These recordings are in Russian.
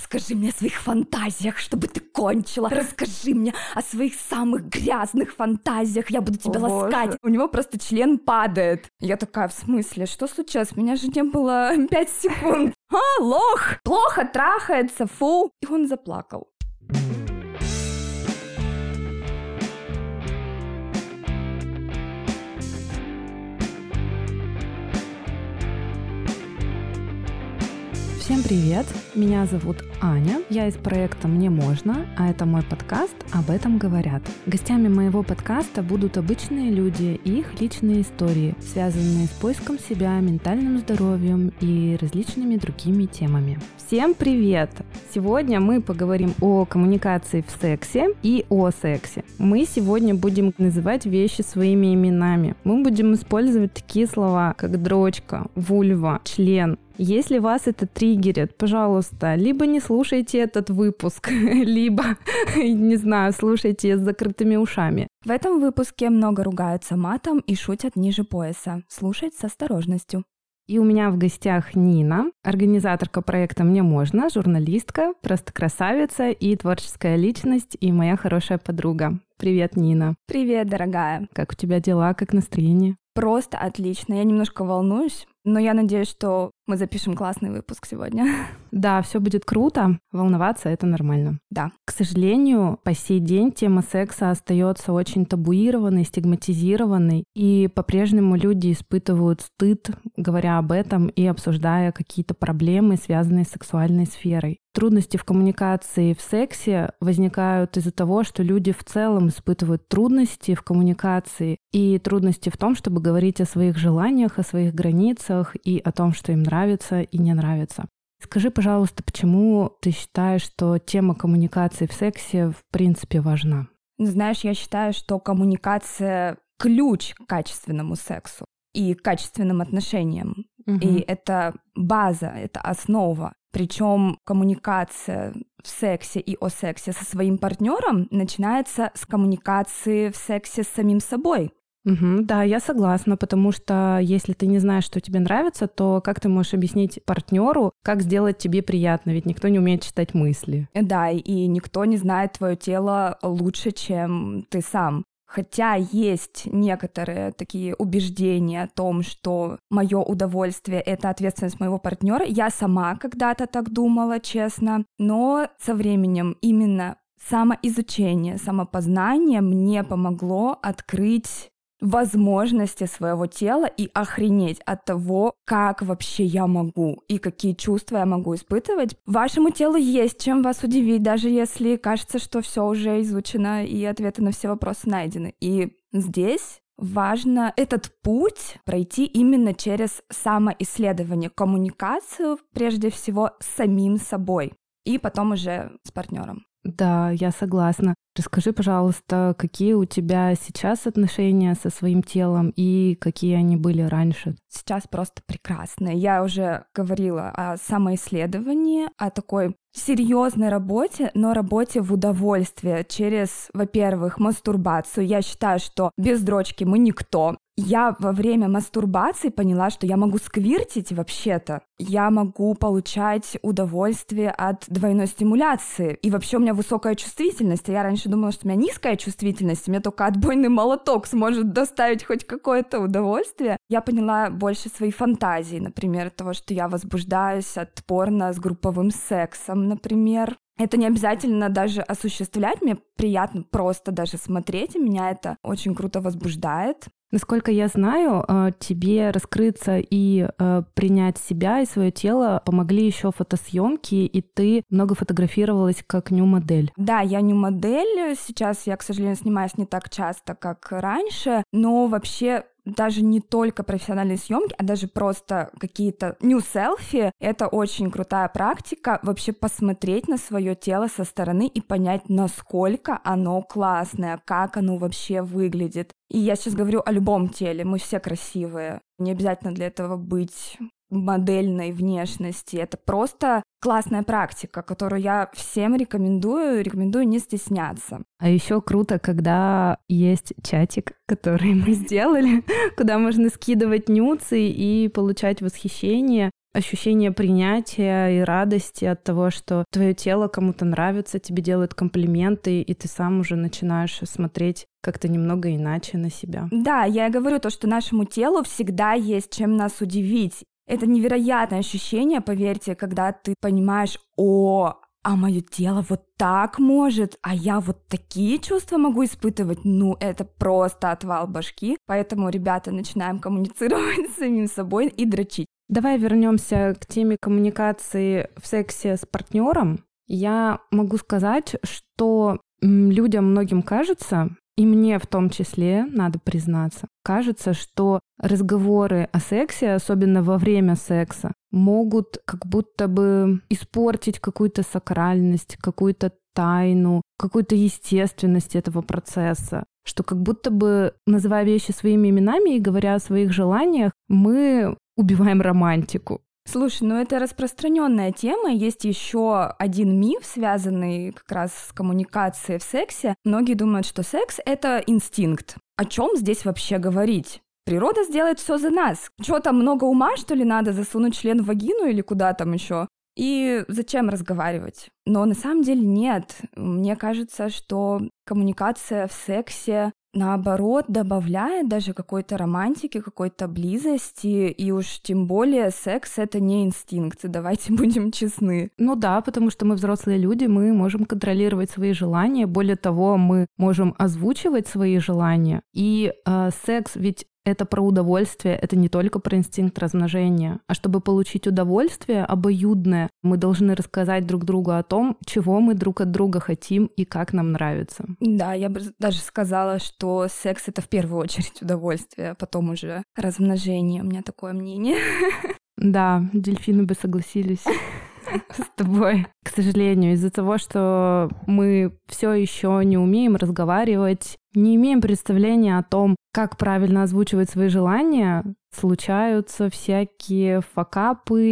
Расскажи мне о своих фантазиях, чтобы ты кончила. Расскажи мне о своих самых грязных фантазиях. Я буду тебя ласкать. У него просто член падает. Я такая, в смысле? Что случилось? Меня же не было 5 секунд. Лох! Плохо трахается, фу. И он заплакал. Всем привет! Меня зовут Аня, я из проекта «Мне можно», а это мой подкаст «Об этом говорят». Гостями моего подкаста будут обычные люди и их личные истории, связанные с поиском себя, ментальным здоровьем и различными другими темами. Всем привет! Сегодня мы поговорим о коммуникации в сексе и о сексе. Мы сегодня будем называть вещи своими именами. Мы будем использовать такие слова, как дрочка, вульва, член. Если вас это триггерит, пожалуйста, либо не слушайте этот выпуск, либо, не знаю, слушайте с закрытыми ушами. В этом выпуске много ругаются матом и шутят ниже пояса. Слушать с осторожностью. И у меня в гостях Нина, организаторка проекта «Мне можно», журналистка, просто красавица и творческая личность, и моя хорошая подруга. Привет, Нина. Привет, дорогая. Как у тебя дела, как настроение? Просто отлично. Я немножко волнуюсь, но я надеюсь, что мы запишем классный выпуск сегодня. Да, все будет круто. Волноваться — это нормально. Да. К сожалению, по сей день тема секса остается очень табуированной, стигматизированной, и по-прежнему люди испытывают стыд, говоря об этом и обсуждая какие-то проблемы, связанные с сексуальной сферой. Трудности в коммуникации в сексе возникают из-за того, что люди в целом испытывают трудности в коммуникации и трудности в том, чтобы говорить о своих желаниях, о своих границах и о том, что им нравится и не нравится. Скажи, пожалуйста, почему ты считаешь, что тема коммуникации в сексе в принципе важна? Знаешь, я считаю, что коммуникация — ключ к качественному сексу и к качественным отношениям. И это база, это основа. Причем коммуникация в сексе и о сексе со своим партнером начинается с коммуникации в сексе с самим собой. Да, я согласна, потому что если ты не знаешь, что тебе нравится, то как ты можешь объяснить партнеру, как сделать тебе приятно? Ведь никто не умеет читать мысли. Да, и никто не знает твое тело лучше, чем ты сам. Хотя есть некоторые такие убеждения о том, что мое удовольствие — это ответственность моего партнера. Я сама когда-то так думала, честно. Но со временем именно самоизучение, самопознание мне помогло открыть возможности своего тела и охренеть от того, как вообще я могу и какие чувства я могу испытывать. Вашему телу есть чем вас удивить, даже если кажется, что все уже изучено и ответы на все вопросы найдены. И здесь важно этот путь пройти именно через самоисследование, коммуникацию, прежде всего, с самим собой, и потом уже с партнером. Да, я согласна. Расскажи, пожалуйста, какие у тебя сейчас отношения со своим телом и какие они были раньше? Сейчас просто прекрасные. Я уже говорила о самоисследовании, о такой серьезной работе, но работе в удовольствие через, во-первых, мастурбацию. Я считаю, что без дрочки мы никто. Я во время мастурбации поняла, что я могу сквиртить вообще-то. Я могу получать удовольствие от двойной стимуляции. И вообще у меня высокая чувствительность. Я раньше думала, что у меня низкая чувствительность, и мне только отбойный молоток сможет доставить хоть какое-то удовольствие. Я поняла больше свои фантазии, например, того, что я возбуждаюсь от порно с групповым сексом, например. Это не обязательно даже осуществлять, мне приятно просто даже смотреть, и меня это очень круто возбуждает. Насколько я знаю, тебе раскрыться и принять себя и свое тело помогли еще фотосъемки, и ты много фотографировалась как нью-модель. Да, я нью-модель. Сейчас я, к сожалению, снимаюсь не так часто, как раньше, но вообще даже не только профессиональные съемки, а даже просто какие-то нью-селфи. Это очень крутая практика вообще посмотреть на свое тело со стороны и понять, насколько оно классное, как оно вообще выглядит. И я сейчас говорю о любом теле, мы все красивые. Не обязательно для этого быть модельной внешности. Это просто классная практика, которую я всем рекомендую не стесняться. А еще круто, когда есть чатик, который мы сделали, куда можно скидывать нюцы и получать восхищение. ощущение принятия и радости от того, что твое тело кому-то нравится, тебе делают комплименты, и ты сам уже начинаешь смотреть как-то немного иначе на себя. Да, я и говорю то, что нашему телу всегда есть чем нас удивить. Это невероятное ощущение, поверьте, когда ты понимаешь, а мое тело вот так может, а я вот такие чувства могу испытывать. Ну, это просто отвал башки. Поэтому, ребята, начинаем коммуницировать с самим собой и дрочить. Давай вернемся к теме коммуникации в сексе с партнером. Я могу сказать, что людям многим кажется, и мне в том числе, надо признаться, кажется, что разговоры о сексе, особенно во время секса, могут как будто бы испортить какую-то сакральность, какую-то тайну, какую-то естественность этого процесса. Что как будто бы, называя вещи своими именами и говоря о своих желаниях, мы убиваем романтику. Слушай, ну это распространенная тема. Есть еще один миф, связанный как раз с коммуникацией в сексе. Многие думают, что секс — это инстинкт. О чем здесь вообще говорить? Природа сделает все за нас. Что там, много ума, что ли, надо засунуть член в вагину или куда там еще? И зачем разговаривать? Но на самом деле нет. Мне кажется, что коммуникация в сексе, наоборот, добавляет даже какой-то романтики, какой-то близости, и уж тем более секс — это не инстинкт, давайте будем честны. Ну да, потому что мы взрослые люди, мы можем контролировать свои желания, более того, мы можем озвучивать свои желания, и секс ведь это про удовольствие, это не только про инстинкт размножения. А чтобы получить удовольствие обоюдное, мы должны рассказать друг другу о том, чего мы друг от друга хотим и как нам нравится. Да, я бы даже сказала, что секс — это в первую очередь удовольствие, а потом уже размножение. У меня такое мнение. Да, дельфины бы согласились с тобой. К сожалению, из-за того, что мы все еще не умеем разговаривать, не имеем представления о том, как правильно озвучивать свои желания, случаются всякие факапы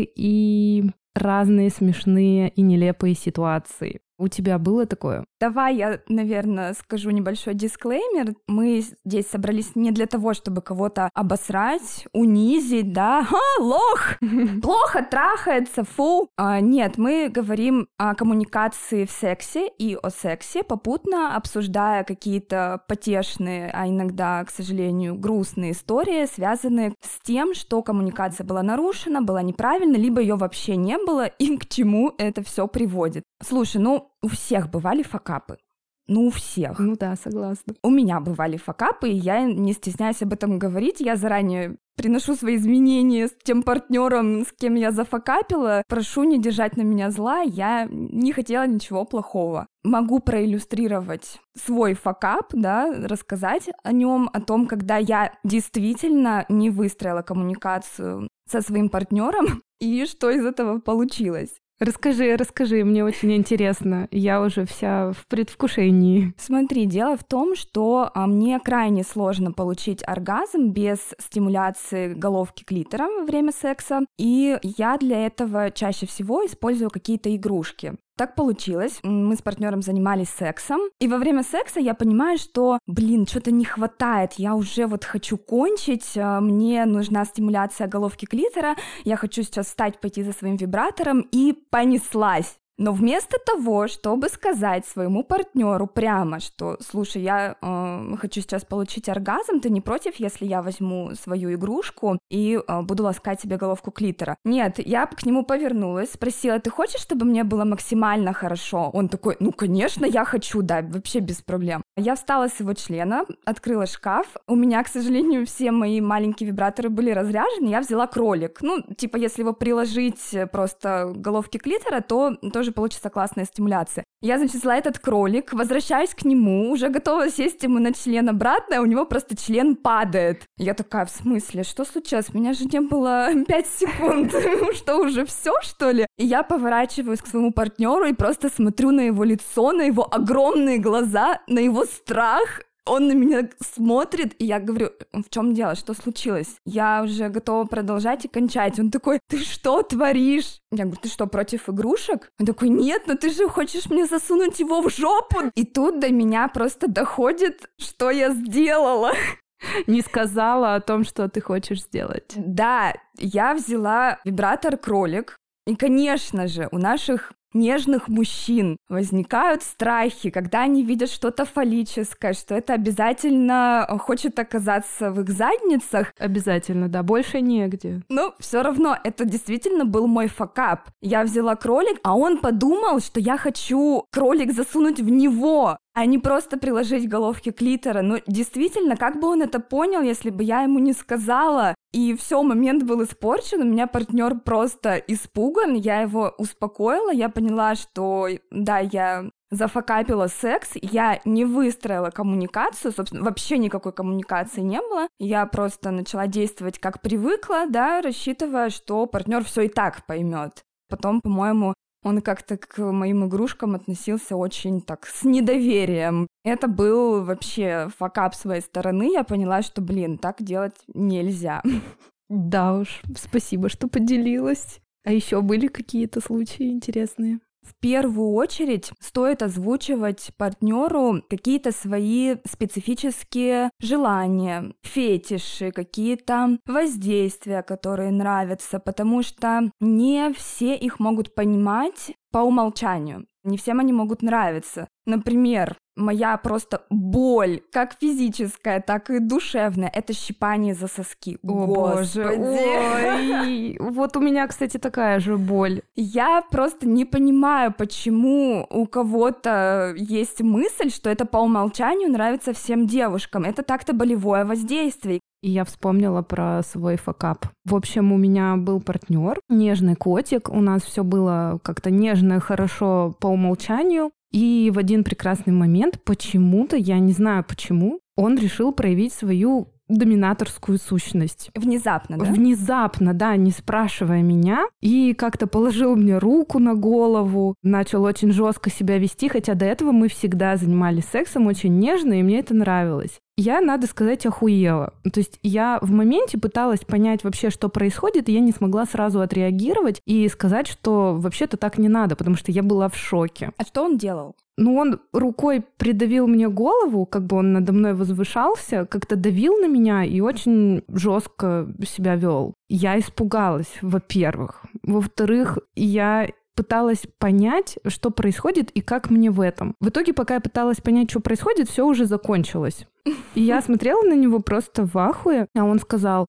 и разные смешные и нелепые ситуации. У тебя было такое? Давай я, наверное, скажу небольшой дисклеймер. Мы здесь собрались не для того, чтобы кого-то обосрать, унизить, да? Лох! Плохо трахается, фу! Нет, мы говорим о коммуникации в сексе и о сексе, попутно обсуждая какие-то потешные, а иногда, к сожалению, грустные истории, связанные с тем, что коммуникация была нарушена, была неправильна, либо ее вообще не было, и к чему это все приводит. Слушай, у всех бывали факапы. У всех. Ну да, согласна. У меня бывали факапы, и я не стесняюсь об этом говорить. Я заранее приношу свои изменения с тем партнером, с кем я зафакапила. Прошу не держать на меня зла, я не хотела ничего плохого. Могу проиллюстрировать свой факап, да, рассказать о нем, о том, когда я действительно не выстроила коммуникацию со своим партнером, и что из этого получилось. Расскажи, мне очень интересно. Я уже вся в предвкушении. Смотри, дело в том, что мне крайне сложно получить оргазм без стимуляции головки клитора во время секса, и я для этого чаще всего использую какие-то игрушки. Так получилось, мы с партнером занимались сексом, и во время секса я понимаю, что, что-то не хватает, я уже хочу кончить, мне нужна стимуляция головки клитора, я хочу сейчас встать, пойти за своим вибратором, и понеслась. Но вместо того, чтобы сказать своему партнеру прямо, что, слушай, я хочу сейчас получить оргазм, ты не против, если я возьму свою игрушку и буду ласкать себе головку клитора? Нет, я к нему повернулась, спросила, ты хочешь, чтобы мне было максимально хорошо? Он такой, конечно, я хочу, да, вообще без проблем. Я встала с его члена, открыла шкаф, у меня, к сожалению, все мои маленькие вибраторы были разряжены, я взяла кролик. Если его приложить просто к головке клитора, то тоже получится классная стимуляция. Я, взяла этот кролик, возвращаюсь к нему, уже готова сесть ему на член обратно, а у него просто член падает. Я такая, в смысле, что случилось? Меня же не было 5 секунд. Что, уже все, что ли? И я поворачиваюсь к своему партнеру и просто смотрю на его лицо, на его огромные глаза, на его страх. Он на меня смотрит, и я говорю, в чем дело, что случилось? Я уже готова продолжать и кончать. Он такой, ты что творишь? Я говорю, ты что, против игрушек? Он такой, нет, ты же хочешь мне засунуть его в жопу? И тут до меня просто доходит, что я сделала. Не сказала о том, что ты хочешь сделать. Да, я взяла вибратор-кролик. И, конечно же, у наших нежных мужчин возникают страхи, когда они видят что-то фаллическое, что это обязательно хочет оказаться в их задницах. Обязательно, да, больше негде. Но все равно это действительно был мой факап. Я взяла кролик, а он подумал, что я хочу кролик засунуть в него, а не просто приложить головки клитора. Ну, действительно, как бы он это понял, если бы я ему не сказала? И все, момент был испорчен, у меня партнер просто испуган, я его успокоила, я поняла, что, да, я зафакапила секс, я не выстроила коммуникацию, собственно, вообще никакой коммуникации не было, я просто начала действовать как привыкла, да, рассчитывая, что партнер все и так поймет. Потом, по-моему, он как-то к моим игрушкам относился очень так с недоверием. Это был вообще факап с своей стороны. Я поняла, что, так делать нельзя. Да уж, спасибо, что поделилась. А еще были какие-то случаи интересные? В первую очередь стоит озвучивать партнеру какие-то свои специфические желания, фетиши, какие-то воздействия, которые нравятся, потому что не все их могут понимать по умолчанию. Не всем они могут нравиться. Например, моя просто боль, как физическая, так и душевная, это щипание за соски. О, Господи! Ой, вот у меня, кстати, такая же боль. Я просто не понимаю, почему у кого-то есть мысль, что это по умолчанию нравится всем девушкам. Это так-то болевое воздействие. И я вспомнила про свой факап. В общем, у меня был партнер, нежный котик. У нас все было как-то нежно, хорошо по умолчанию. И в один прекрасный момент почему-то, я не знаю почему, он решил проявить свою доминаторскую сущность. Внезапно, да? Внезапно, да, не спрашивая меня. И как-то положил мне руку на голову, начал очень жестко себя вести, хотя до этого мы всегда занимались сексом очень нежно, и мне это нравилось. Я, надо сказать, охуела. То есть я в моменте пыталась понять вообще, что происходит, и я не смогла сразу отреагировать и сказать, что вообще-то так не надо, потому что я была в шоке. А что он делал? Он рукой придавил мне голову, как бы он надо мной возвышался, как-то давил на меня и очень жестко себя вел. Я испугалась, во-первых. Во-вторых, я пыталась понять, что происходит и как мне в этом. В итоге, пока я пыталась понять, что происходит, все уже закончилось. И я смотрела на него просто в ахуе, а он сказал: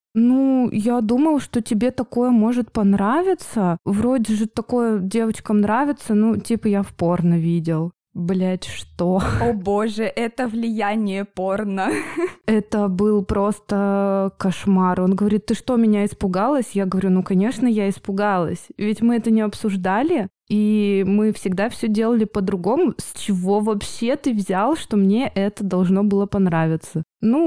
я думал, что тебе такое может понравиться. Вроде же такое девочкам нравится, я в порно видел. Блять, что? О боже, это влияние порно. Это был просто кошмар. Он говорит: ты что, меня испугалась? Я говорю: конечно, я испугалась. Ведь мы это не обсуждали, и мы всегда все делали по-другому. С чего вообще ты взял, что мне это должно было понравиться?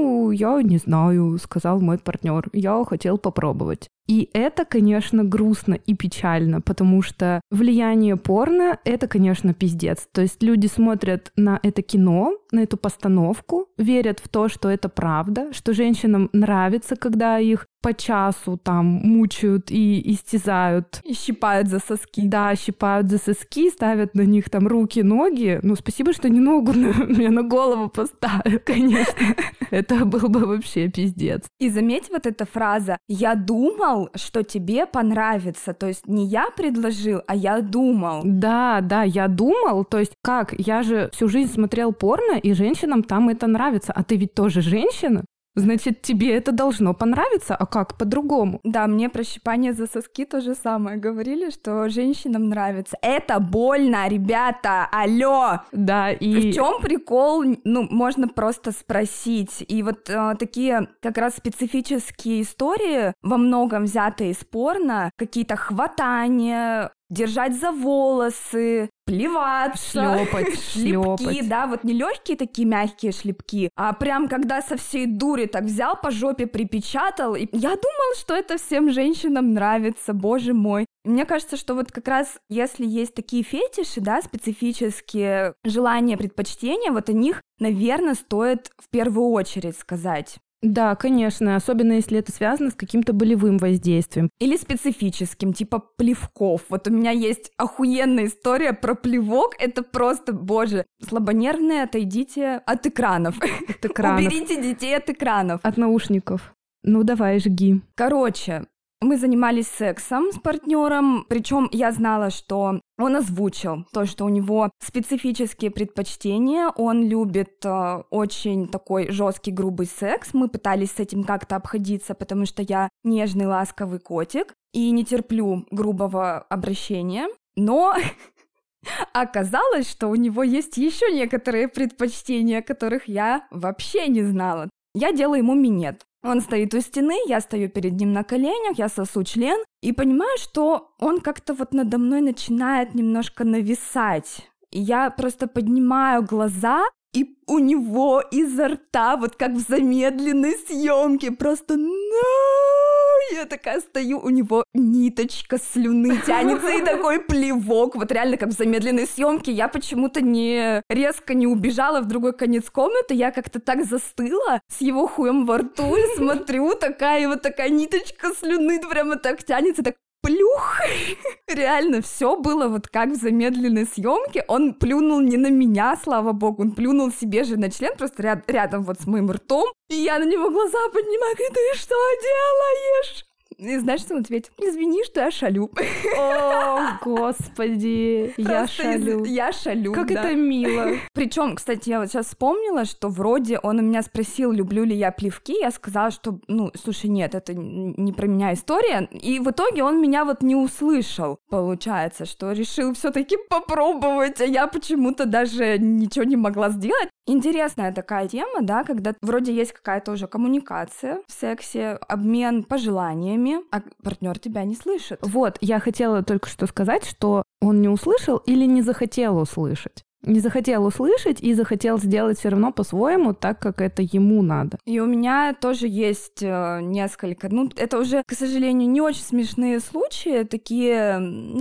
Я не знаю, сказал мой партнер. Я хотел попробовать. И это, конечно, грустно и печально, потому что влияние порно — это, конечно, пиздец. То есть люди смотрят на это кино, на эту постановку, верят в то, что это правда, что женщинам нравится, когда их по часу там мучают и истязают. И щипают за соски. Да, щипают за соски, ставят на них там руки, ноги. Спасибо, что не ногу мне на голову поставили, конечно. Это был бы вообще пиздец. И заметь вот эта фраза: «Я думал, что тебе понравится». То есть не я предложил, а я думал. Да, я думал. То есть как? Я же всю жизнь смотрел порно, и женщинам там это нравится. А ты ведь тоже женщина? Значит, тебе это должно понравиться, а как по-другому? Да, мне про щипание за соски то же самое говорили, что женщинам нравится. Это больно, ребята, алло! Да, и... В чем прикол? Можно просто спросить. И вот такие как раз специфические истории, во многом взятые из порно, какие-то хватания, держать за волосы, плеваться, шлепки, да, вот не легкие такие мягкие шлепки, а прям когда со всей дури так взял, по жопе припечатал. И я думал, что это всем женщинам нравится, боже мой. И мне кажется, что вот как раз если есть такие фетиши, да, специфические желания, предпочтения, вот о них, наверное, стоит в первую очередь сказать. Да, конечно, особенно если это связано с каким-то болевым воздействием. Или специфическим, типа плевков. Вот у меня есть охуенная история про плевок. Это просто, боже, слабонервные, отойдите от экранов. От экранов. Уберите детей от экранов. От наушников. Ну давай, жги. Короче, мы занимались сексом с партнером, причем я знала, что он озвучил то, что у него специфические предпочтения, он любит очень такой жесткий, грубый секс. Мы пытались с этим как-то обходиться, потому что я нежный, ласковый котик и не терплю грубого обращения. Но оказалось, что у него есть еще некоторые предпочтения, которых я вообще не знала. Я делаю ему минет. Он стоит у стены, я стою перед ним на коленях, я сосу член и понимаю, что он как-то вот надо мной начинает немножко нависать. И я просто поднимаю глаза, и у него изо рта, вот как в замедленной съемке, просто я такая стою, у него ниточка слюны тянется и такой плевок, вот реально как в замедленной съемке. Я почему-то резко не убежала в другой конец комнаты, я как-то так застыла с его хуем во рту и смотрю, такая ниточка слюны прямо так тянется, так плюх. Реально, все было вот как в замедленной съемке. Он плюнул не на меня, слава богу, он плюнул себе же на член, просто рядом вот с моим ртом. И я на него глаза поднимаю, говорю: ты что делаешь? И знаешь, что он ответил? Извини, что я шалю. О, господи, я шалю. Я шалю, как да. Это мило. Причем, кстати, я вот сейчас вспомнила, что вроде он у меня спросил, люблю ли я плевки. Я сказала, что, слушай, нет, это не про меня история. И в итоге он меня вот не услышал. Получается, что решил все-таки попробовать, а я почему-то даже ничего не могла сделать. Интересная такая тема, да, когда вроде есть какая-то уже коммуникация в сексе, обмен пожеланиями, а партнер тебя не слышит. Вот, я хотела только что сказать, что он не услышал или не захотел услышать. Не захотел услышать и захотел сделать все равно по-своему, так как это ему надо. И у меня тоже есть несколько, это уже, к сожалению, не очень смешные случаи, такие,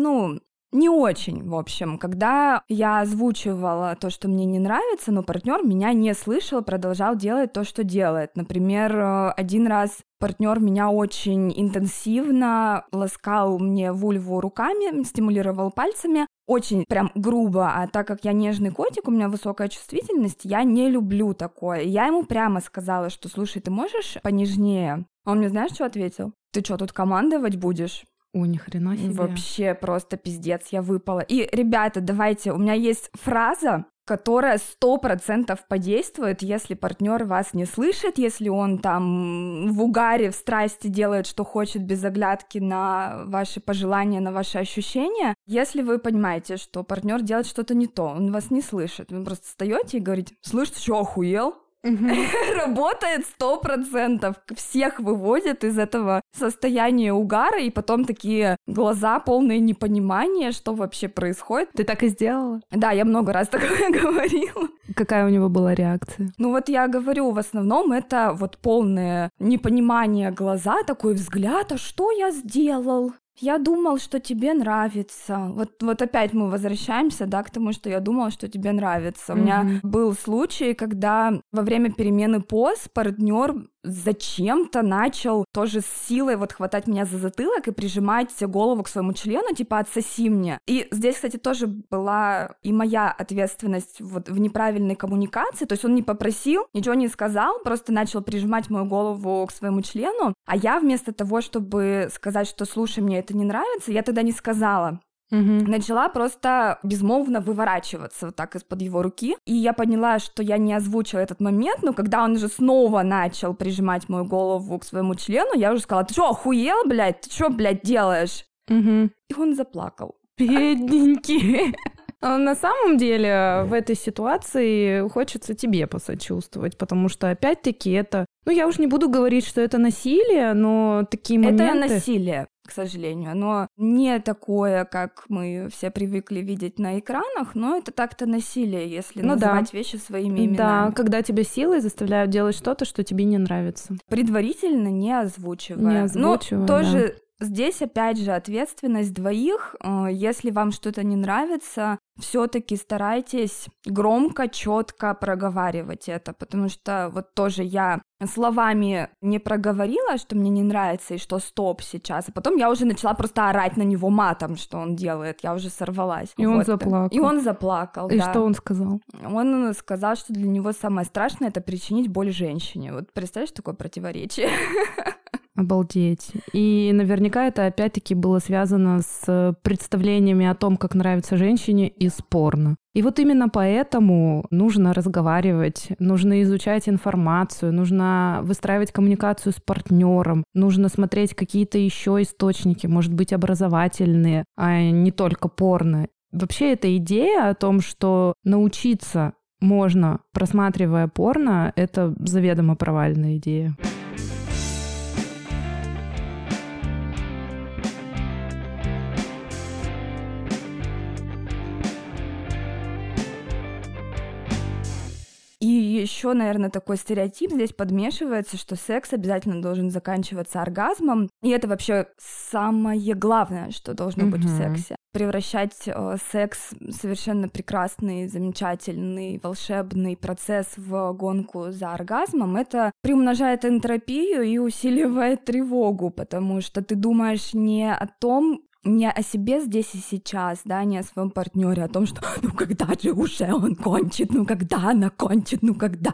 не очень, в общем, когда я озвучивала то, что мне не нравится, но партнер меня не слышал, продолжал делать то, что делает. Например, один раз партнер меня очень интенсивно ласкал мне вульву руками, стимулировал пальцами, очень прям грубо, а так как я нежный котик, у меня высокая чувствительность, я не люблю такое. Я ему прямо сказала, что, слушай, ты можешь понежнее? Он мне, знаешь, что ответил? Ты что, тут командовать будешь? О, ни хрена себе. Вообще просто пиздец, я выпала. И, ребята, давайте, у меня есть фраза, которая 100% подействует, если партнер вас не слышит, если он там в угаре, в страсти делает, что хочет, без оглядки на ваши пожелания, на ваши ощущения. Если вы понимаете, что партнер делает что-то не то, он вас не слышит, вы просто встаете и говорите: слышь, ты что, охуел? Работает 100%. Всех выводит из этого состояния угара, и потом такие глаза полные непонимания, что вообще происходит. Ты так и сделала? Да, я много раз такое говорила. Какая у него была реакция? Вот я говорю, в основном это вот полное непонимание глаза, такой взгляд: а что я сделал? Я думал, что тебе нравится. Вот опять мы возвращаемся, да, к тому, что я думала, что тебе нравится. У меня был случай, когда во время перемены поз партнер зачем-то начал тоже с силой вот хватать меня за затылок и прижимать голову к своему члену, типа отсоси мне. И здесь, кстати, тоже была и моя ответственность вот в неправильной коммуникации, то есть он не попросил, ничего не сказал, просто начал прижимать мою голову к своему члену, а я вместо того, чтобы сказать, что слушай, мне это не нравится, я тогда не сказала. Начала просто безмолвно выворачиваться вот так из-под его руки. И я поняла, что я не озвучила этот момент, но когда он уже снова начал прижимать мою голову к своему члену, я уже сказала: ты что, охуел, блядь? Ты что, блядь, делаешь? И он заплакал. Бедненький. На самом деле в этой ситуации хочется тебе посочувствовать, потому что опять-таки это... я уж не буду говорить, что это насилие, но такие моменты... Это насилие, к сожалению. Оно не такое, как мы все привыкли видеть на экранах, но это так-то насилие, если называть вещи своими именами. Да, когда тебя силой заставляют делать что-то, что тебе не нравится. Предварительно не озвучивая. Тоже Здесь, опять же, ответственность двоих. Если вам что-то не нравится, все-таки старайтесь громко, четко проговаривать это, потому что вот тоже я словами не проговорила, что мне не нравится и что стоп сейчас, а потом я уже начала просто орать на него матом, что он делает, я уже сорвалась. И он заплакал. И он заплакал, И да. что он сказал? Он сказал, что для него самое страшное — это причинить боль женщине. Вот представляешь, такое противоречие? Обалдеть. И наверняка это опять-таки было связано с представлениями о том, как нравится женщине, из порно. И вот именно поэтому нужно разговаривать, нужно изучать информацию, нужно выстраивать коммуникацию с партнером, нужно смотреть какие-то еще источники, может быть, образовательные, а не только порно. Вообще эта идея о том, что научиться можно, просматривая порно, это заведомо провальная идея. И еще, наверное, такой стереотип здесь подмешивается, что секс обязательно должен заканчиваться оргазмом. И это вообще самое главное, что должно быть в сексе. Превращать секс, совершенно прекрасный, замечательный, волшебный процесс в гонку за оргазмом, это приумножает энтропию и усиливает тревогу, потому что ты думаешь не о себе здесь и сейчас, да, не о своем партнере, о том, что ну когда же уже он кончит, ну когда она кончит, ну когда.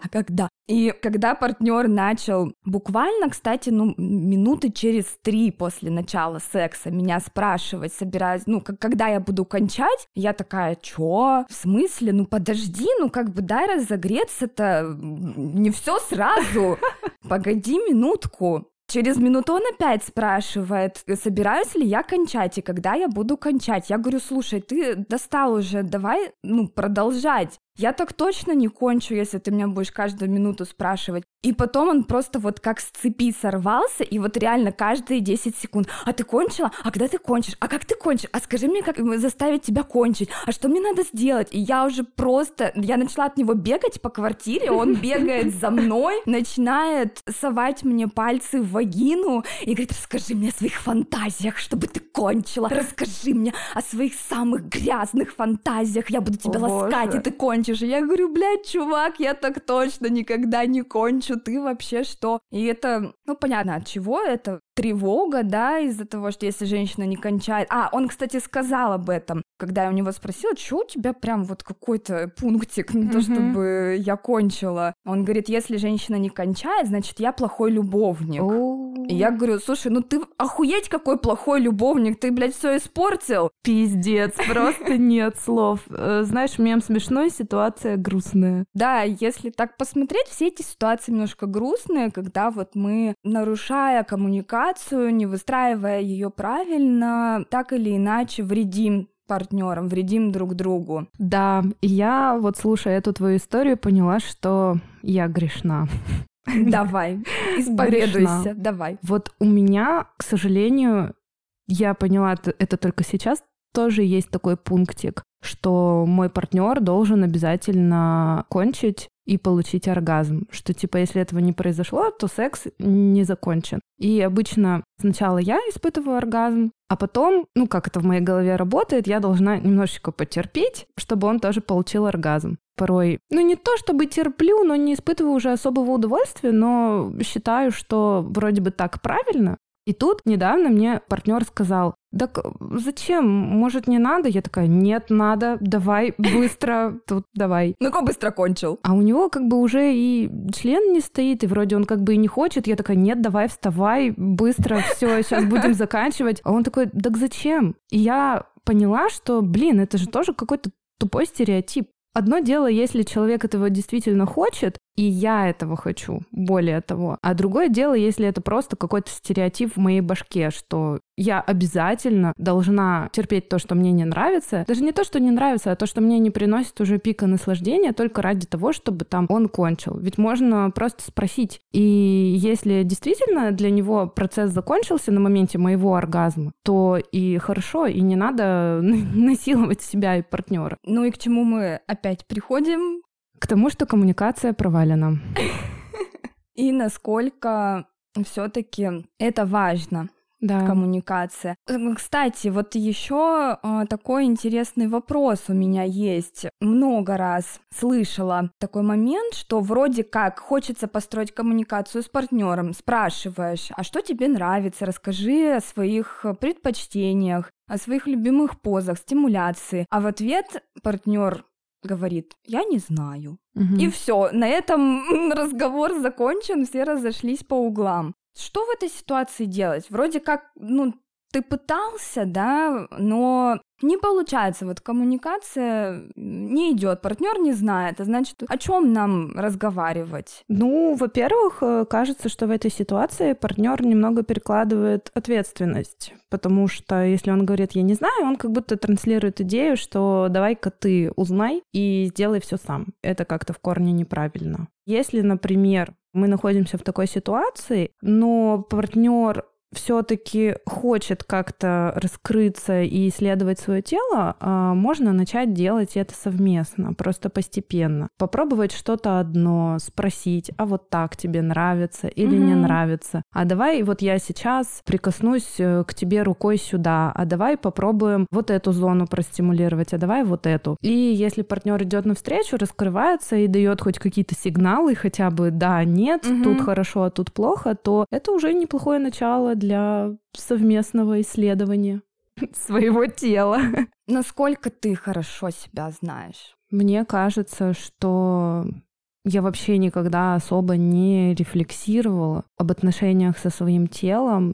И когда партнер начал буквально, кстати, минуты через 3 после начала секса меня спрашивать, собираюсь, когда я буду кончать, я такая, чё? В смысле? Ну подожди, дай разогреться-то, не все сразу, погоди минутку. Через минуту он опять спрашивает, собираюсь ли я кончать и когда я буду кончать. Я говорю, слушай, ты достал уже, давай, продолжать. Я так точно не кончу, если ты меня будешь каждую минуту спрашивать. И потом он просто вот как с цепи сорвался, и вот реально каждые 10 секунд. А ты кончила? А когда ты кончишь? А как ты кончишь? А скажи мне, как заставить тебя кончить? А что мне надо сделать? И я начала от него бегать по квартире, он бегает за мной, начинает совать мне пальцы в вагину и говорит, расскажи мне о своих фантазиях, чтобы ты кончила. Расскажи мне о своих самых грязных фантазиях. Я буду тебя ласкать, и ты кончишь. И я говорю, блядь, чувак, я так точно никогда не кончу, ты вообще что? И это, понятно, от чего это? Тревога, да, из-за того, что если женщина не кончает... Он, кстати, сказал об этом, когда я у него спросила, что у тебя прям вот какой-то пунктик на то, чтобы я кончила. Он говорит, если женщина не кончает, значит, я плохой любовник. И я говорю, слушай, ты охуеть какой плохой любовник, ты, блядь, все испортил. Пиздец, просто нет слов. Знаешь, мем смешной, ситуация грустная. Да, если так посмотреть, все эти ситуации немножко грустные, когда вот мы, нарушая коммуникацию, не выстраивая ее правильно, так или иначе вредим партнерам, вредим друг другу. Да, я вот, слушая эту твою историю, поняла, что я грешна. Давай, исповедуйся, давай. Вот у меня, к сожалению, я поняла это только сейчас, тоже есть такой пунктик, что мой партнер должен обязательно кончить и получить оргазм. Что, если этого не произошло, то секс не закончен. И обычно сначала я испытываю оргазм, а потом, как это в моей голове работает, я должна немножечко потерпеть, чтобы он тоже получил оргазм. Порой, не то чтобы терплю, но не испытываю уже особого удовольствия, но считаю, что вроде бы так правильно. И тут недавно мне партнер сказал, так зачем, может, не надо? Я такая, нет, надо, давай, быстро, тут давай. Ну-ка, быстро кончил. А у него уже и член не стоит, и вроде он и не хочет. Я такая, нет, давай, вставай, быстро, все, сейчас будем заканчивать. А он такой, так зачем? И я поняла, что, это же тоже какой-то тупой стереотип. Одно дело, если человек этого действительно хочет, и я этого хочу, более того. А другое дело, если это просто какой-то стереотип в моей башке, что я обязательно должна терпеть то, что мне не нравится. Даже не то, что не нравится, а то, что мне не приносит уже пика наслаждения, только ради того, чтобы он кончил. Ведь можно просто спросить. И если действительно для него процесс закончился на моменте моего оргазма, то и хорошо, и не надо насиловать себя и партнера. И к чему мы опять приходим? К тому, что коммуникация провалена. И насколько все-таки это важно. коммуникация. Кстати, вот еще такой интересный вопрос у меня есть. Много раз слышала такой момент, что вроде как хочется построить коммуникацию с партнером, спрашиваешь, а что тебе нравится, расскажи о своих предпочтениях, о своих любимых позах, стимуляции. А в ответ партнер говорит, я не знаю. И все, на этом разговор закончен, все разошлись по углам. Что в этой ситуации делать? Вроде как, ты пытался, да, но не получается. Вот коммуникация не идет, партнер не знает. А значит, о чем нам разговаривать? Во-первых, кажется, что в этой ситуации партнер немного перекладывает ответственность. Потому что если он говорит «я не знаю», он как будто транслирует идею, что давай-ка ты узнай и сделай все сам. Это как-то в корне неправильно. Если, например, мы находимся в такой ситуации, но партнер все-таки хочет как-то раскрыться и исследовать свое тело, можно начать делать это совместно, просто постепенно. Попробовать что-то одно, спросить, а вот так тебе нравится или не нравится? А давай вот я сейчас прикоснусь к тебе рукой сюда, а давай попробуем вот эту зону простимулировать, а давай вот эту. И если партнер идет навстречу, раскрывается и дает хоть какие-то сигналы, хотя бы да, нет, тут хорошо, а тут плохо, то это уже неплохое начало для совместного исследования своего тела. Насколько ты хорошо себя знаешь? Мне кажется, что я вообще никогда особо не рефлексировала об отношениях со своим телом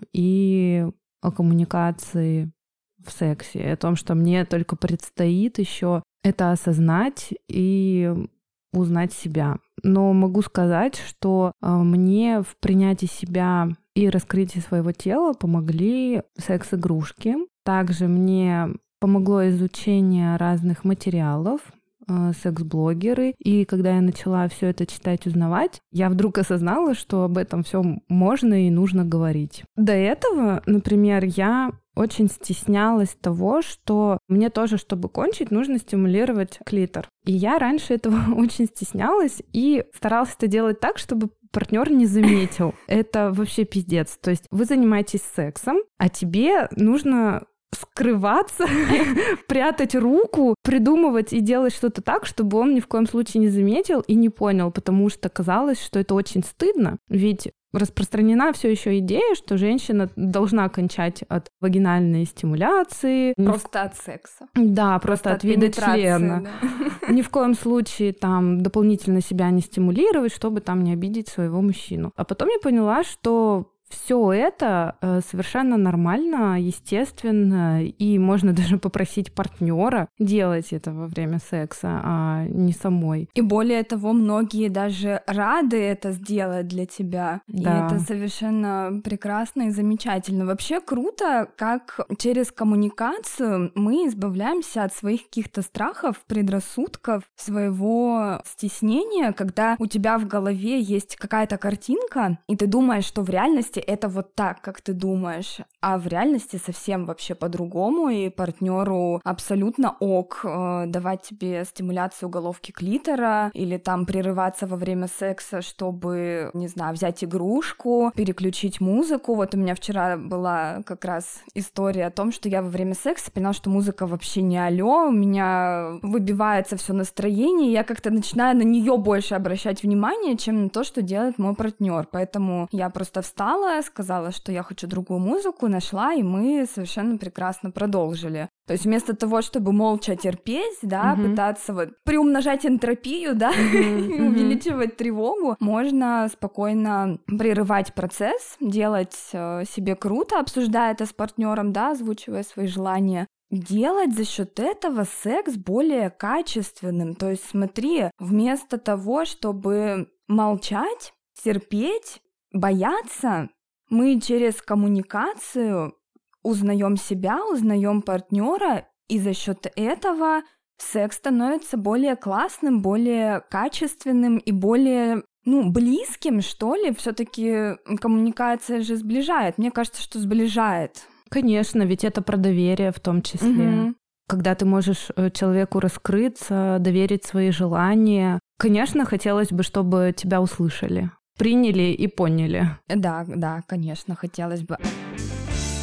и о коммуникации в сексе, о том, что мне только предстоит еще это осознать и узнать себя. Но могу сказать, что мне в принятии себя и раскрытии своего тела помогли секс-игрушки. Также мне помогло изучение разных материалов, секс-блогеры. И когда я начала все это читать, узнавать, я вдруг осознала, что об этом все можно и нужно говорить. До этого, например, я очень стеснялась того, что мне тоже, чтобы кончить, нужно стимулировать клитор. И я раньше этого очень стеснялась и старалась это делать так, чтобы партнер не заметил. Это вообще пиздец. То есть вы занимаетесь сексом, а тебе нужно скрываться, прятать руку, придумывать и делать что-то так, чтобы он ни в коем случае не заметил и не понял, потому что казалось, что это очень стыдно. Ведь распространена все еще идея, что женщина должна кончать от вагинальной стимуляции. Просто от секса. Да, просто от вида члена. Да. Ни в коем случае там дополнительно себя не стимулировать, чтобы там не обидеть своего мужчину. А потом я поняла, что все это совершенно нормально, естественно, и можно даже попросить партнера делать это во время секса, а не самой. И более того, многие даже рады это сделать для тебя. Да. И это совершенно прекрасно и замечательно. Вообще круто, как через коммуникацию мы избавляемся от своих каких-то страхов, предрассудков, своего стеснения, когда у тебя в голове есть какая-то картинка, и ты думаешь, что в реальности это вот так, как ты думаешь, а в реальности совсем вообще по-другому, и партнеру абсолютно ок давать тебе стимуляцию головки клитора или там прерываться во время секса, чтобы, не знаю, взять игрушку, переключить музыку. Вот у меня вчера была как раз история о том, что я во время секса поняла, что музыка вообще не алё, у меня выбивается все настроение, и я как-то начинаю на нее больше обращать внимание, чем на то, что делает мой партнер. Поэтому я просто встала, сказала, что я хочу другую музыку, нашла, и мы совершенно прекрасно продолжили. То есть вместо того, чтобы молча терпеть, да, пытаться вот приумножать энтропию, да, и увеличивать тревогу, можно спокойно прерывать процесс, делать себе круто, обсуждая это с партнером, да, озвучивая свои желания. Делать за счет этого секс более качественным. То есть смотри, вместо того, чтобы молчать, терпеть, бояться, мы через коммуникацию узнаем себя, узнаем партнера, и за счет этого секс становится более классным, более качественным и более, близким, что ли. Все-таки коммуникация же сближает. Мне кажется, что сближает. Конечно, ведь это про доверие в том числе. Когда ты можешь человеку раскрыться, доверить свои желания. Конечно, хотелось бы, чтобы тебя услышали, приняли и поняли. Да, конечно, хотелось бы.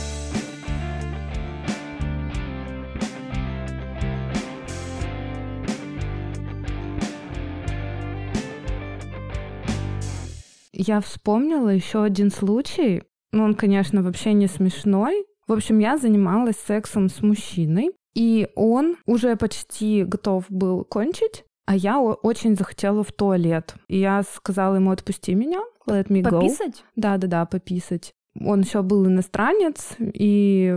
Я вспомнила еще один случай. Он, конечно, вообще не смешной. В общем, я занималась сексом с мужчиной, и он уже почти готов был кончить, а я очень захотела в туалет. И я сказала ему: отпусти меня, let me go. Пописать? Да, пописать. Он еще был иностранец, и,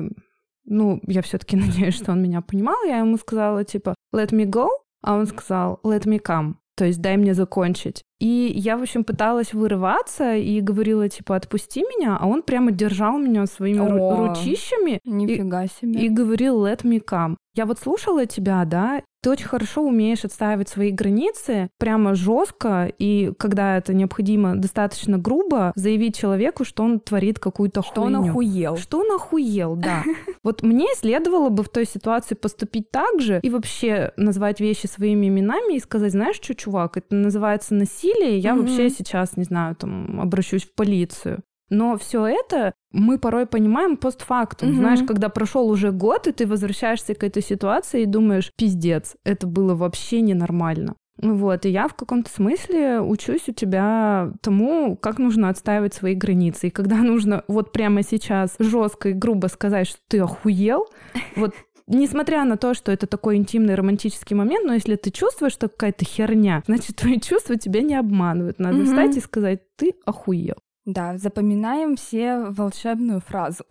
я все-таки надеюсь, что он меня понимал. Я ему сказала, типа, let me go, а он сказал, let me come. То есть дай мне закончить. И я, в общем, пыталась вырываться и говорила, типа, отпусти меня, а он прямо держал меня своими ручищами. Нифига себе. И говорил, let me come. Я вот слушала тебя, да, ты очень хорошо умеешь отстаивать свои границы, прямо жестко, и когда это необходимо, достаточно грубо заявить человеку, что он творит какую-то хуйню. Что он охуел. Что он охуел, да. Вот мне следовало бы в той ситуации поступить так же и вообще назвать вещи своими именами и сказать, знаешь что, чувак, это называется насилие, я вообще сейчас, не знаю, там, обращусь в полицию. Но все это мы порой понимаем постфактум. Знаешь, когда прошел уже год, и ты возвращаешься к этой ситуации и думаешь, пиздец, это было вообще ненормально. Вот, и я в каком-то смысле учусь у тебя тому, как нужно отстаивать свои границы. И когда нужно вот прямо сейчас жестко и грубо сказать, что ты охуел, вот несмотря на то, что это такой интимный романтический момент, но если ты чувствуешь, что какая-то херня, значит, твои чувства тебя не обманывают. Надо встать и сказать, ты охуел. Да, запоминаем все волшебную фразу.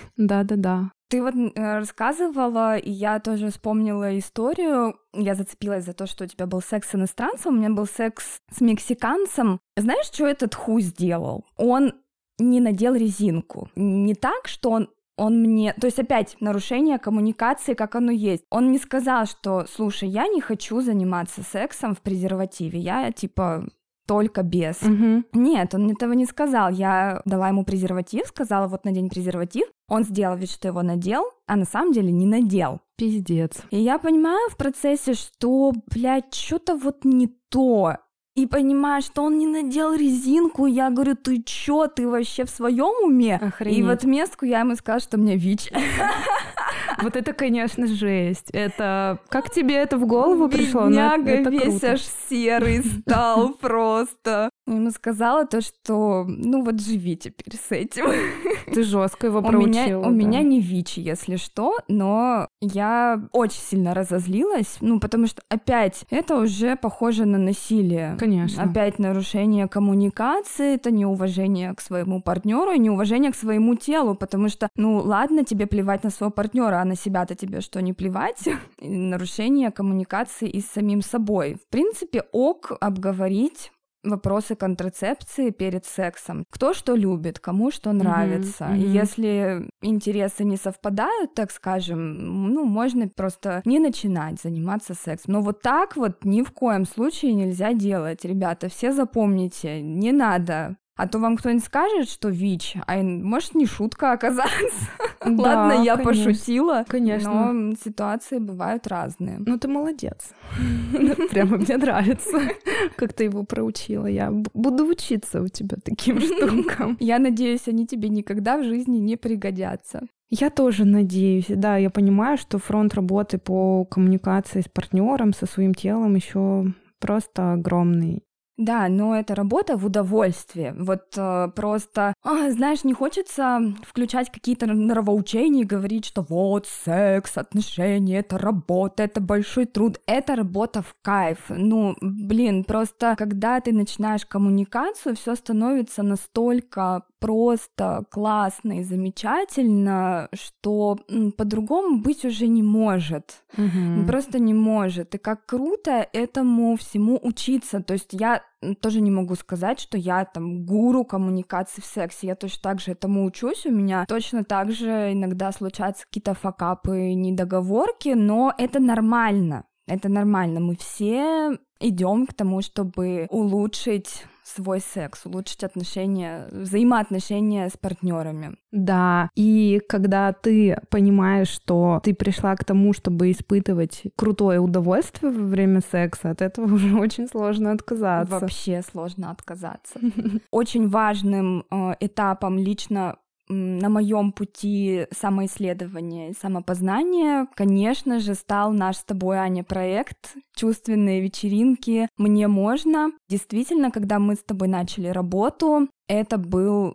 Да. Ты вот рассказывала, и я тоже вспомнила историю. Я зацепилась за то, что у тебя был секс с иностранцем, у меня был секс с мексиканцем. Знаешь, что этот хуй сделал? Он не надел резинку. Не так, что он мне... То есть опять нарушение коммуникации, как оно есть. Он не сказал, что, слушай, я не хочу заниматься сексом в презервативе. Я, типа... только без. Нет, он этого не сказал. Я дала ему презерватив, сказала, вот надень презерватив. Он сделал вид, что его надел, а на самом деле не надел. Пиздец. И я понимаю в процессе, что, блядь, что-то вот не то. И понимаю, что он не надел резинку. Я говорю, ты чё, ты вообще в своем уме? Охренеть. И в отместку я ему сказала, что у меня ВИЧ. Вот это, конечно, жесть. Это... Как тебе это в голову пришло? Бедняга Это весь круто. аж серый стал просто. Ему сказала то, что ну вот живи теперь с этим. Ты жестко его проучила. У меня не ВИЧ, если что, но я очень сильно разозлилась, потому что опять это уже похоже на насилие. Конечно. Опять нарушение коммуникации, это неуважение к своему партнеру и неуважение к своему телу, потому что, ладно, тебе плевать на своего партнера, а на себя-то тебе что, не плевать? И нарушение коммуникации и с самим собой. В принципе, ок обговорить вопросы контрацепции перед сексом. Кто что любит, кому что нравится. И если интересы не совпадают, так скажем, можно просто не начинать заниматься сексом. Но вот так вот ни в коем случае нельзя делать, ребята. Все запомните, не надо. А то вам кто-нибудь скажет, что ВИЧ, а может не шутка оказаться. Да, Ладно, я конечно. пошутила, Конечно. но ситуации бывают разные. Ты молодец. Прямо мне нравится, как ты его проучила. Я буду учиться у тебя таким штукам. Я надеюсь, они тебе никогда в жизни не пригодятся. Я тоже надеюсь. Да, я понимаю, что фронт работы по коммуникации с партнером, со своим телом еще просто огромный. Да, но это работа в удовольствие. Вот просто, знаешь, не хочется включать какие-то нравоучения и говорить, что вот секс, отношения, это работа, это большой труд, это работа в кайф. Просто когда ты начинаешь коммуникацию, все становится настолько просто, классно и замечательно, что по-другому быть уже не может. Просто не может. И как круто этому всему учиться. То есть я тоже не могу сказать, что я там гуру коммуникации в сексе. Я точно так же этому учусь. У меня точно так же иногда случаются какие-то факапы, недоговорки, но это нормально. Это нормально. Мы все идем к тому, чтобы улучшить свой секс, улучшить взаимоотношения с партнерами. Да, и когда ты понимаешь, что ты пришла к тому, чтобы испытывать крутое удовольствие во время секса, от этого уже очень сложно отказаться. Вообще сложно отказаться. Очень важным этапом лично на моем пути самоисследования и самопознания, конечно же, стал наш с тобой, Аня, проект «Чувственные вечеринки. Мне можно». Действительно, когда мы с тобой начали работу, это был,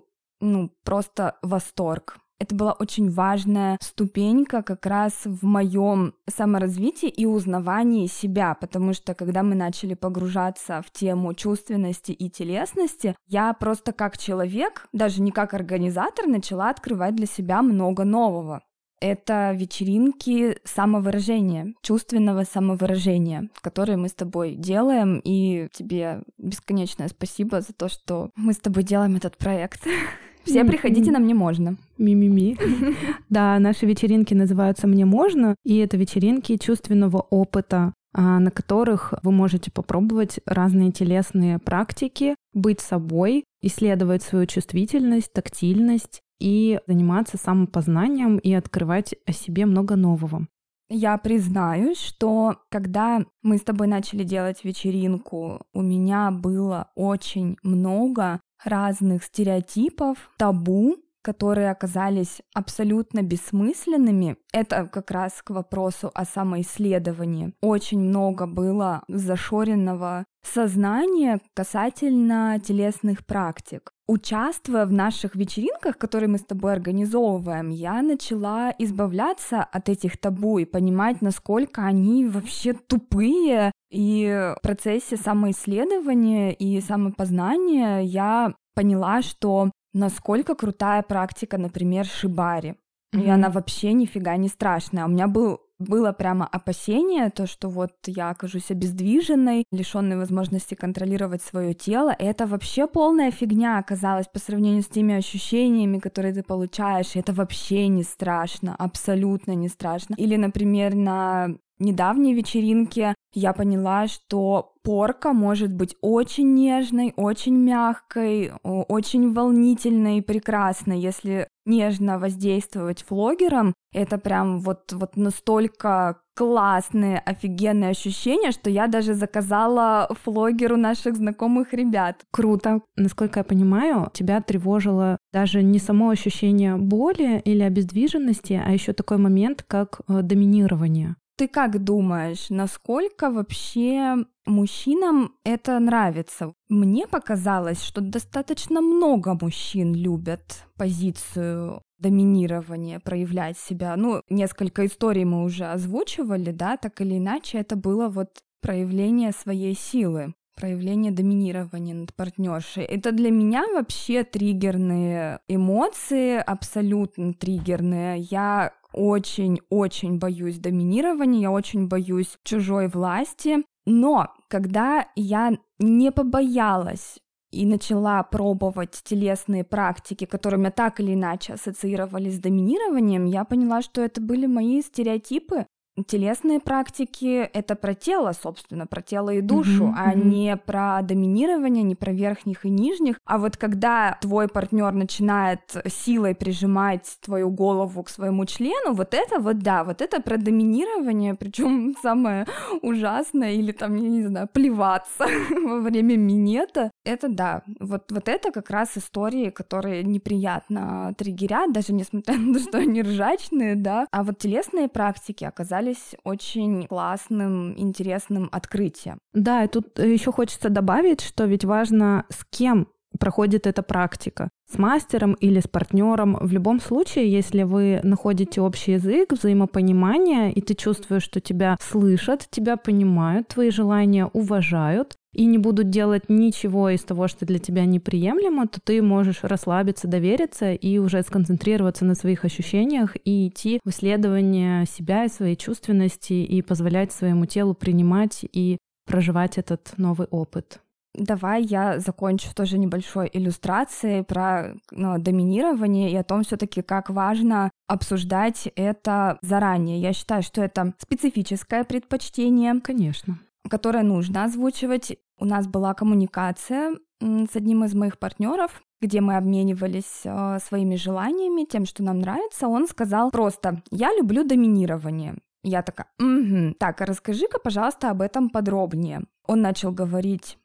просто восторг. Это была очень важная ступенька как раз в моем саморазвитии и узнавании себя, потому что когда мы начали погружаться в тему чувственности и телесности, я просто как человек, даже не как организатор, начала открывать для себя много нового. Это вечеринки самовыражения, чувственного самовыражения, которые мы с тобой делаем, и тебе бесконечное спасибо за то, что мы с тобой делаем этот проект. Все приходите на «Мне можно». Ми-ми-ми. Да, наши вечеринки называются «Мне можно», и это вечеринки чувственного опыта, на которых вы можете попробовать разные телесные практики, быть собой, исследовать свою чувствительность, тактильность и заниматься самопознанием и открывать о себе много нового. Я признаюсь, что когда мы с тобой начали делать вечеринку, у меня было очень много разных стереотипов, табу, которые оказались абсолютно бессмысленными. Это как раз к вопросу о самоисследовании. Очень много было зашоренного сознания касательно телесных практик. Участвуя в наших вечеринках, которые мы с тобой организовываем, я начала избавляться от этих табу и понимать, насколько они вообще тупые. И в процессе самоисследования и самопознания я поняла, что насколько крутая практика, например, шибари. И она вообще нифига не страшная. У меня было прямо опасение, то, что вот я окажусь обездвиженной, лишённой возможности контролировать свое тело. Это вообще полная фигня оказалась по сравнению с теми ощущениями, которые ты получаешь. Это вообще не страшно, абсолютно не страшно. Или, например, на недавней вечеринке я поняла, что порка может быть очень нежной, очень мягкой, очень волнительной и прекрасной. Если нежно воздействовать флогером, это прям вот настолько классные, офигенные ощущения, что я даже заказала флогеру наших знакомых ребят. Круто. Насколько я понимаю, тебя тревожило даже не само ощущение боли или обездвиженности, а еще такой момент, как доминирование. Ты как думаешь, насколько вообще мужчинам это нравится? Мне показалось, что достаточно много мужчин любят позицию доминирования, проявлять себя. Несколько историй мы уже озвучивали, да, так или иначе, это было вот проявление своей силы, проявление доминирования над партнершей. Это для меня вообще триггерные эмоции, абсолютно триггерные. Я очень-очень боюсь доминирования, я очень боюсь чужой власти. Но когда я не побоялась и начала пробовать телесные практики, которые меня так или иначе ассоциировались с доминированием, я поняла, что это были мои стереотипы. Телесные практики — это про тело, собственно, про тело и душу, а не про доминирование, не про верхних и нижних. А вот когда твой партнер начинает силой прижимать твою голову к своему члену, вот это про доминирование, причем самое ужасное, или там, я не знаю, плеваться во время минета. Это да, вот это как раз истории, которые неприятно триггерят, даже несмотря на то, что они ржачные, да. А вот телесные практики оказались очень классным, интересным открытием. Да, и тут еще хочется добавить, что ведь важно, с кем проходит эта практика. С мастером или с партнером. В любом случае, если вы находите общий язык, взаимопонимание, и ты чувствуешь, что тебя слышат, тебя понимают, твои желания уважают, и не будут делать ничего из того, что для тебя неприемлемо, то ты можешь расслабиться, довериться и уже сконцентрироваться на своих ощущениях и идти в исследование себя и своей чувственности и позволять своему телу принимать и проживать этот новый опыт. Давай я закончу тоже небольшой иллюстрацией про доминирование и о том все-таки, как важно обсуждать это заранее. Я считаю, что это специфическое предпочтение. Конечно. Которое нужно озвучивать. У нас была коммуникация с одним из моих партнеров, где мы обменивались своими желаниями, тем, что нам нравится. Он сказал просто: «Я люблю доминирование». Я такая: «Так, а расскажи-ка, пожалуйста, об этом подробнее». Он начал говорить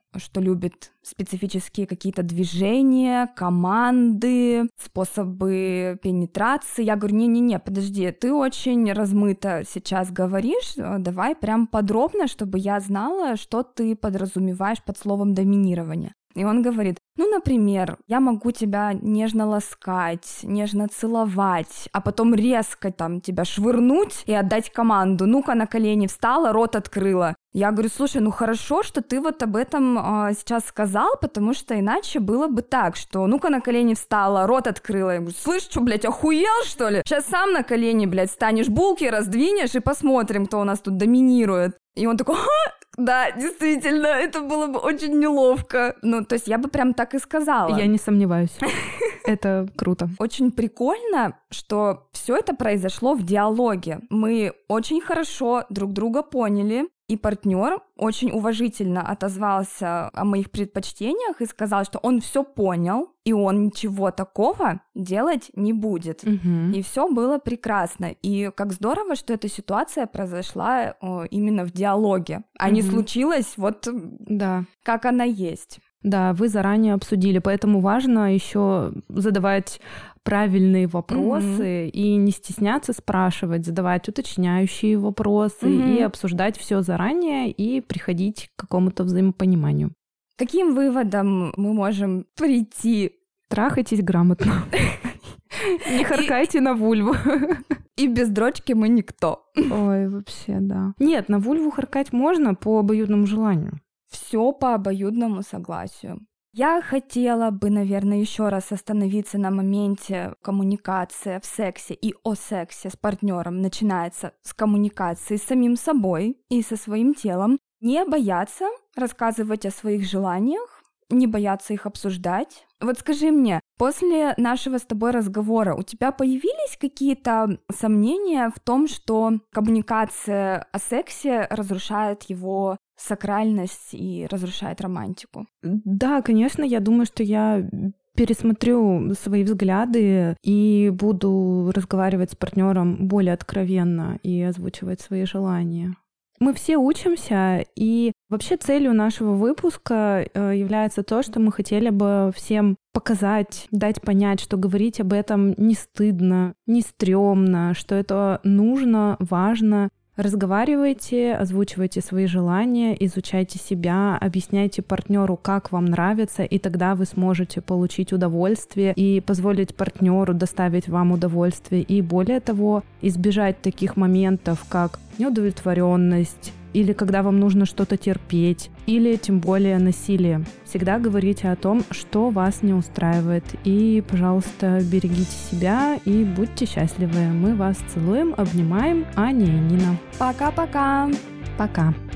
что любит специфические какие-то движения, команды, способы пенетрации. Я говорю, не-не-не, подожди, ты очень размыто сейчас говоришь, давай прям подробно, чтобы я знала, что ты подразумеваешь под словом доминирование. И он говорит, например, я могу тебя нежно ласкать, нежно целовать, а потом резко там тебя швырнуть и отдать команду. Ну-ка на колени встала, рот открыла. Я говорю, слушай, хорошо, что ты вот об этом сейчас сказал, потому что иначе было бы так, что ну-ка на колени встала, рот открыла. Я говорю, слышь, что, блядь, охуел, что ли? Сейчас сам на колени, блядь, станешь, булки раздвинешь и посмотрим, кто у нас тут доминирует. И он такой, да, действительно, это было бы очень неловко. То есть я бы прям так и сказала. Я не сомневаюсь. Это круто. Очень прикольно, что все это произошло в диалоге. Мы очень хорошо друг друга поняли, и партнер очень уважительно отозвался о моих предпочтениях и сказал, что он все понял, и он ничего такого делать не будет. И все было прекрасно. И как здорово, что эта ситуация произошла именно в диалоге, а не случилось как она есть. Да, вы заранее обсудили, поэтому важно еще задавать правильные вопросы и не стесняться спрашивать, задавать уточняющие вопросы и обсуждать все заранее и приходить к какому-то взаимопониманию. Каким выводом мы можем прийти? Трахайтесь грамотно. Не харкайте на вульву. И без дрочки мы никто. Ой, вообще, да. Нет, на вульву харкать можно по обоюдному желанию. Все по обоюдному согласию. Я хотела бы, наверное, еще раз остановиться на моменте коммуникации в сексе и о сексе с партнером начинается с коммуникации с самим собой и со своим телом. Не бояться рассказывать о своих желаниях, не бояться их обсуждать. Вот скажи мне, после нашего с тобой разговора у тебя появились какие-то сомнения в том, что коммуникация о сексе разрушает его сакральность и разрушает романтику? Да, конечно, я думаю, что я пересмотрю свои взгляды и буду разговаривать с партнером более откровенно и озвучивать свои желания. Мы все учимся, и вообще целью нашего выпуска является то, что мы хотели бы всем показать, дать понять, что говорить об этом не стыдно, не стрёмно, что это нужно, важно. Разговаривайте, озвучивайте свои желания, изучайте себя, объясняйте партнеру, как вам нравится, и тогда вы сможете получить удовольствие и позволить партнеру доставить вам удовольствие. И более того, избежать таких моментов, как неудовлетворенность, или когда вам нужно что-то терпеть, или тем более насилие. Всегда говорите о том, что вас не устраивает. И, пожалуйста, берегите себя и будьте счастливы. Мы вас целуем, обнимаем. Аня и Нина. Пока-пока. Пока.